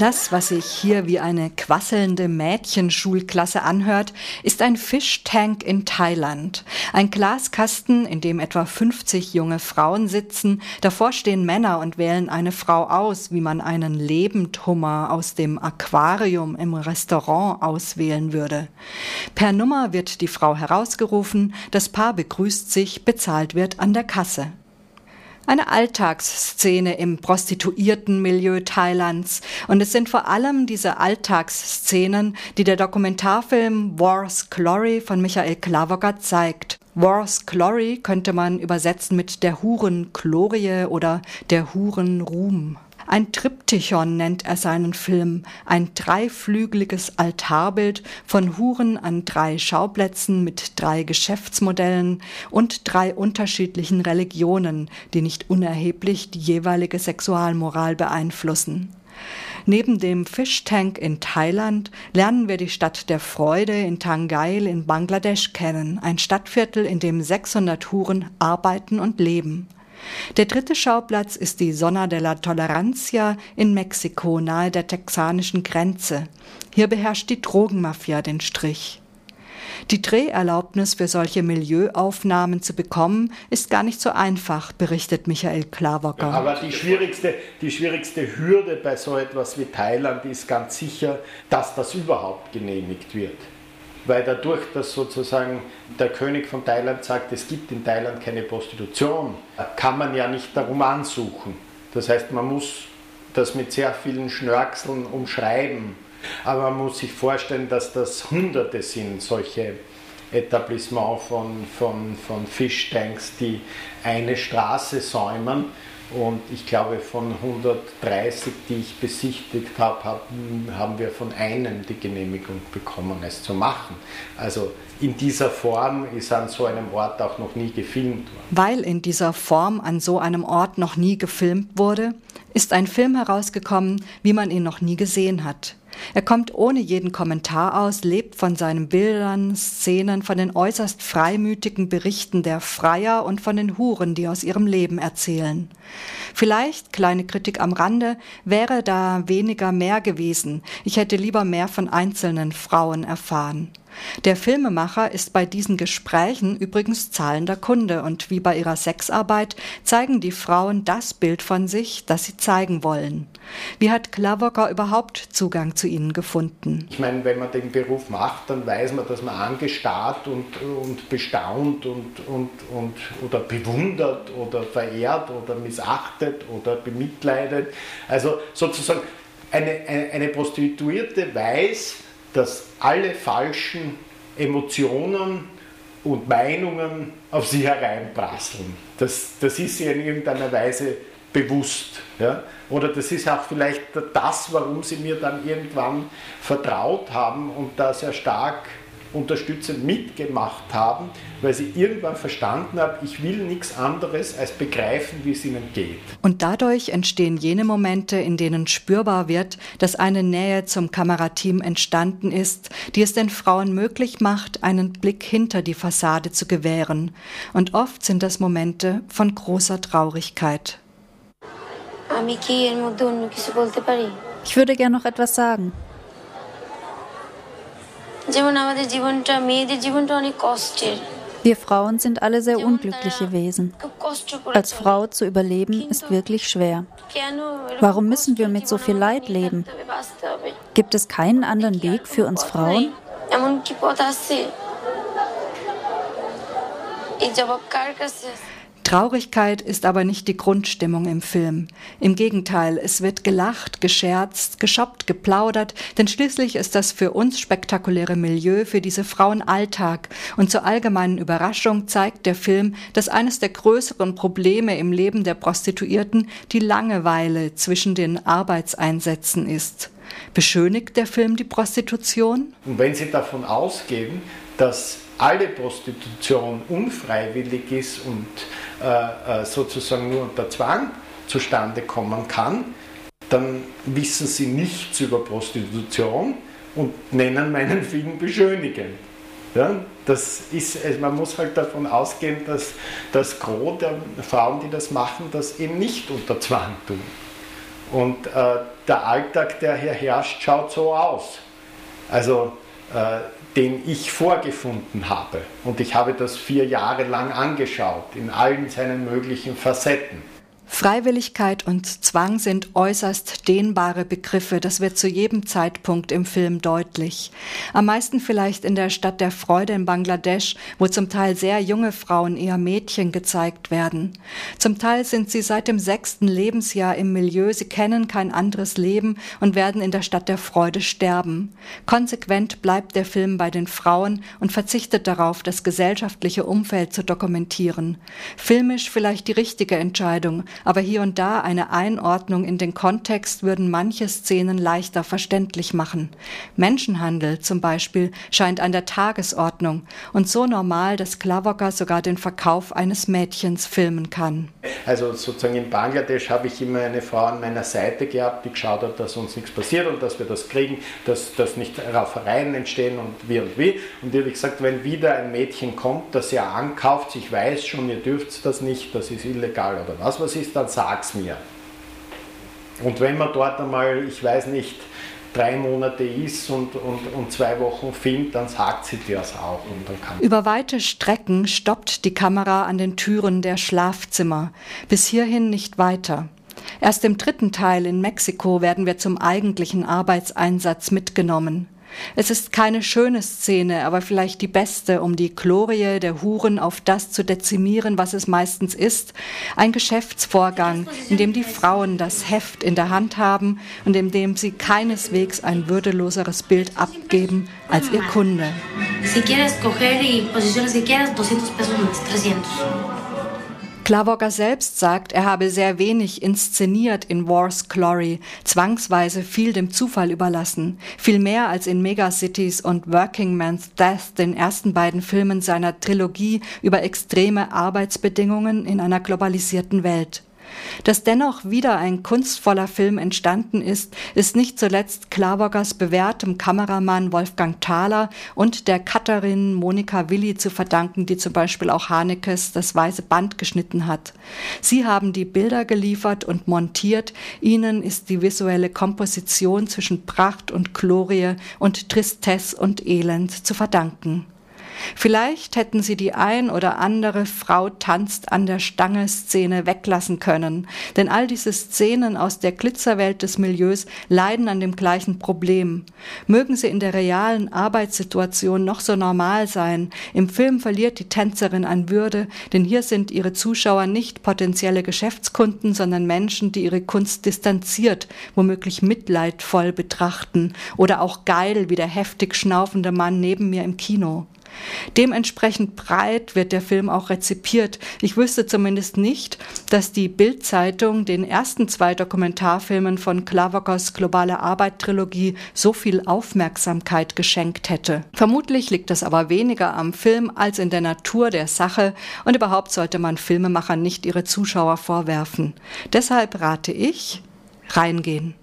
Das, was sich hier wie eine quasselnde Mädchenschulklasse anhört, ist ein Fischtank in Thailand. Ein Glaskasten, in dem etwa 50 junge Frauen sitzen. Davor stehen Männer und wählen eine Frau aus, wie man einen Lebendhummer aus dem Aquarium im Restaurant auswählen würde. Per Nummer wird die Frau herausgerufen, das Paar begrüßt sich, bezahlt wird an der Kasse. Eine Alltagsszene im Prostituiertenmilieu Thailands. Und es sind vor allem diese Alltagsszenen, die der Dokumentarfilm War's Glory von Michael Klawocker zeigt. War's Glory könnte man übersetzen mit der Huren-Glorie oder der Huren-Ruhm. Ein Triptychon nennt er seinen Film, ein dreiflügeliges Altarbild von Huren an 3 Schauplätzen mit 3 Geschäftsmodellen und 3 unterschiedlichen Religionen, die nicht unerheblich die jeweilige Sexualmoral beeinflussen. Neben dem Fischtank in Thailand lernen wir die Stadt der Freude in Tangail in Bangladesch kennen, ein Stadtviertel, in dem 600 Huren arbeiten und leben. Der dritte Schauplatz ist die Zona de la Tolerancia in Mexiko, nahe der texanischen Grenze. Hier beherrscht die Drogenmafia den Strich. Die Dreherlaubnis für solche Milieuaufnahmen zu bekommen, ist gar nicht so einfach, berichtet Michael Klawocker. Ja, aber die schwierigste Hürde bei so etwas wie Thailand ist ganz sicher, dass das überhaupt genehmigt wird. Weil dadurch, dass sozusagen der König von Thailand sagt, es gibt in Thailand keine Prostitution, kann man ja nicht darum ansuchen. Das heißt, man muss das mit sehr vielen Schnörkeln umschreiben. Aber man muss sich vorstellen, dass das Hunderte sind, solche Etablissements von Fischtanks, die eine Straße säumen. Und ich glaube, von 130, die ich besichtigt habe, haben wir von einem die Genehmigung bekommen, es zu machen. Also in dieser Form ist an so einem Ort auch noch nie gefilmt worden. Weil in dieser Form an so einem Ort noch nie gefilmt wurde, ist ein Film herausgekommen, wie man ihn noch nie gesehen hat. Er kommt ohne jeden Kommentar aus, lebt von seinen Bildern, Szenen, von den äußerst freimütigen Berichten der Freier und von den Huren, die aus ihrem Leben erzählen. Vielleicht, kleine Kritik am Rande, wäre da weniger mehr gewesen. Ich hätte lieber mehr von einzelnen Frauen erfahren. Der Filmemacher ist bei diesen Gesprächen übrigens zahlender Kunde und wie bei ihrer Sexarbeit zeigen die Frauen das Bild von sich, das sie zeigen wollen. Wie hat Klawocker überhaupt Zugang zu ihnen gefunden? Ich meine, wenn man den Beruf macht, dann weiß man, dass man angestarrt und bestaunt oder bewundert oder verehrt oder missachtet oder bemitleidet. Also sozusagen eine Prostituierte weiß, dass alle falschen Emotionen und Meinungen auf sie hereinprasseln. Das ist ihr in irgendeiner Weise bewusst. Ja? Oder das ist auch vielleicht das, warum sie mir dann irgendwann vertraut haben und da sehr stark unterstützend mitgemacht haben, weil sie irgendwann verstanden haben, ich will nichts anderes als begreifen, wie es ihnen geht. Und dadurch entstehen jene Momente, in denen spürbar wird, dass eine Nähe zum Kamerateam entstanden ist, die es den Frauen möglich macht, einen Blick hinter die Fassade zu gewähren. Und oft sind das Momente von großer Traurigkeit. Ich würde gern noch etwas sagen. Wir Frauen sind alle sehr unglückliche Wesen. Als Frau zu überleben ist wirklich schwer. Warum müssen wir mit so viel Leid leben? Gibt es keinen anderen Weg für uns Frauen? Traurigkeit ist aber nicht die Grundstimmung im Film. Im Gegenteil, es wird gelacht, gescherzt, geschoppt, geplaudert, denn schließlich ist das für uns spektakuläre Milieu für diese Frauen Alltag. Und zur allgemeinen Überraschung zeigt der Film, dass eines der größeren Probleme im Leben der Prostituierten die Langeweile zwischen den Arbeitseinsätzen ist. Beschönigt der Film die Prostitution? Und wenn Sie davon ausgehen, dass alle Prostitution unfreiwillig ist und sozusagen nur unter Zwang zustande kommen kann, dann wissen Sie nichts über Prostitution und nennen meinen Film beschönigend. Ja, man muss halt davon ausgehen, dass das Gros der Frauen, die das machen, das eben nicht unter Zwang tun. Und der Alltag, der hier herrscht, schaut so aus. Also den ich vorgefunden habe. Und ich habe das 4 Jahre lang angeschaut, in allen seinen möglichen Facetten. Freiwilligkeit und Zwang sind äußerst dehnbare Begriffe, das wird zu jedem Zeitpunkt im Film deutlich. Am meisten vielleicht in der Stadt der Freude in Bangladesch, wo zum Teil sehr junge Frauen, eher Mädchen, gezeigt werden. Zum Teil sind sie seit dem 6. Lebensjahr im Milieu, sie kennen kein anderes Leben und werden in der Stadt der Freude sterben. Konsequent bleibt der Film bei den Frauen und verzichtet darauf, das gesellschaftliche Umfeld zu dokumentieren. Filmisch vielleicht die richtige Entscheidung, aber hier und da eine Einordnung in den Kontext würden manche Szenen leichter verständlich machen. Menschenhandel zum Beispiel scheint an der Tagesordnung und so normal, dass Klawocker sogar den Verkauf eines Mädchens filmen kann. Also sozusagen in Bangladesch habe ich immer eine Frau an meiner Seite gehabt, die geschaut hat, dass uns nichts passiert und dass wir das kriegen, dass nicht Raufereien entstehen und wie. Und die hat gesagt, wenn wieder ein Mädchen kommt, das ihr ankauft, ich weiß schon, ihr dürft das nicht, das ist illegal oder was ist, dann sag's mir. Und wenn man dort einmal, ich weiß nicht, 3 Monate ist und 2 Wochen filmt, dann sagt sie dir das auch. Und dann kann Über weite Strecken stoppt die Kamera an den Türen der Schlafzimmer. Bis hierhin nicht weiter. Erst im 3. Teil in Mexiko werden wir zum eigentlichen Arbeitseinsatz mitgenommen. Es ist keine schöne Szene, aber vielleicht die beste, um die Glorie der Huren auf das zu dezimieren, was es meistens ist. Ein Geschäftsvorgang, in dem die Frauen das Heft in der Hand haben und in dem sie keineswegs ein würdeloseres Bild abgeben als ihr Kunde. Klawocker selbst sagt, er habe sehr wenig inszeniert in War's Glory, zwangsweise viel dem Zufall überlassen, viel mehr als in Megacities und Working Man's Death, den ersten beiden Filmen seiner Trilogie über extreme Arbeitsbedingungen in einer globalisierten Welt. Dass dennoch wieder ein kunstvoller Film entstanden ist, ist nicht zuletzt Klawockers bewährtem Kameramann Wolfgang Thaler und der Cutterin Monika Willi zu verdanken, die zum Beispiel auch Hanekes Das weiße Band geschnitten hat. Sie haben die Bilder geliefert und montiert, ihnen ist die visuelle Komposition zwischen Pracht und Glorie und Tristesse und Elend zu verdanken. Vielleicht hätten sie die ein oder andere Frau tanzt an der Stange-Szene weglassen können, denn all diese Szenen aus der Glitzerwelt des Milieus leiden an dem gleichen Problem. Mögen sie in der realen Arbeitssituation noch so normal sein, im Film verliert die Tänzerin an Würde, denn hier sind ihre Zuschauer nicht potenzielle Geschäftskunden, sondern Menschen, die ihre Kunst distanziert, womöglich mitleidvoll betrachten oder auch geil wie der heftig schnaufende Mann neben mir im Kino. Dementsprechend breit wird der Film auch rezipiert. Ich wüsste zumindest nicht, dass die Bild-Zeitung den ersten 2 Dokumentarfilmen von Klawockers Globale Arbeit-Trilogie so viel Aufmerksamkeit geschenkt hätte. Vermutlich liegt das aber weniger am Film als in der Natur der Sache und überhaupt sollte man Filmemachern nicht ihre Zuschauer vorwerfen. Deshalb rate ich, reingehen.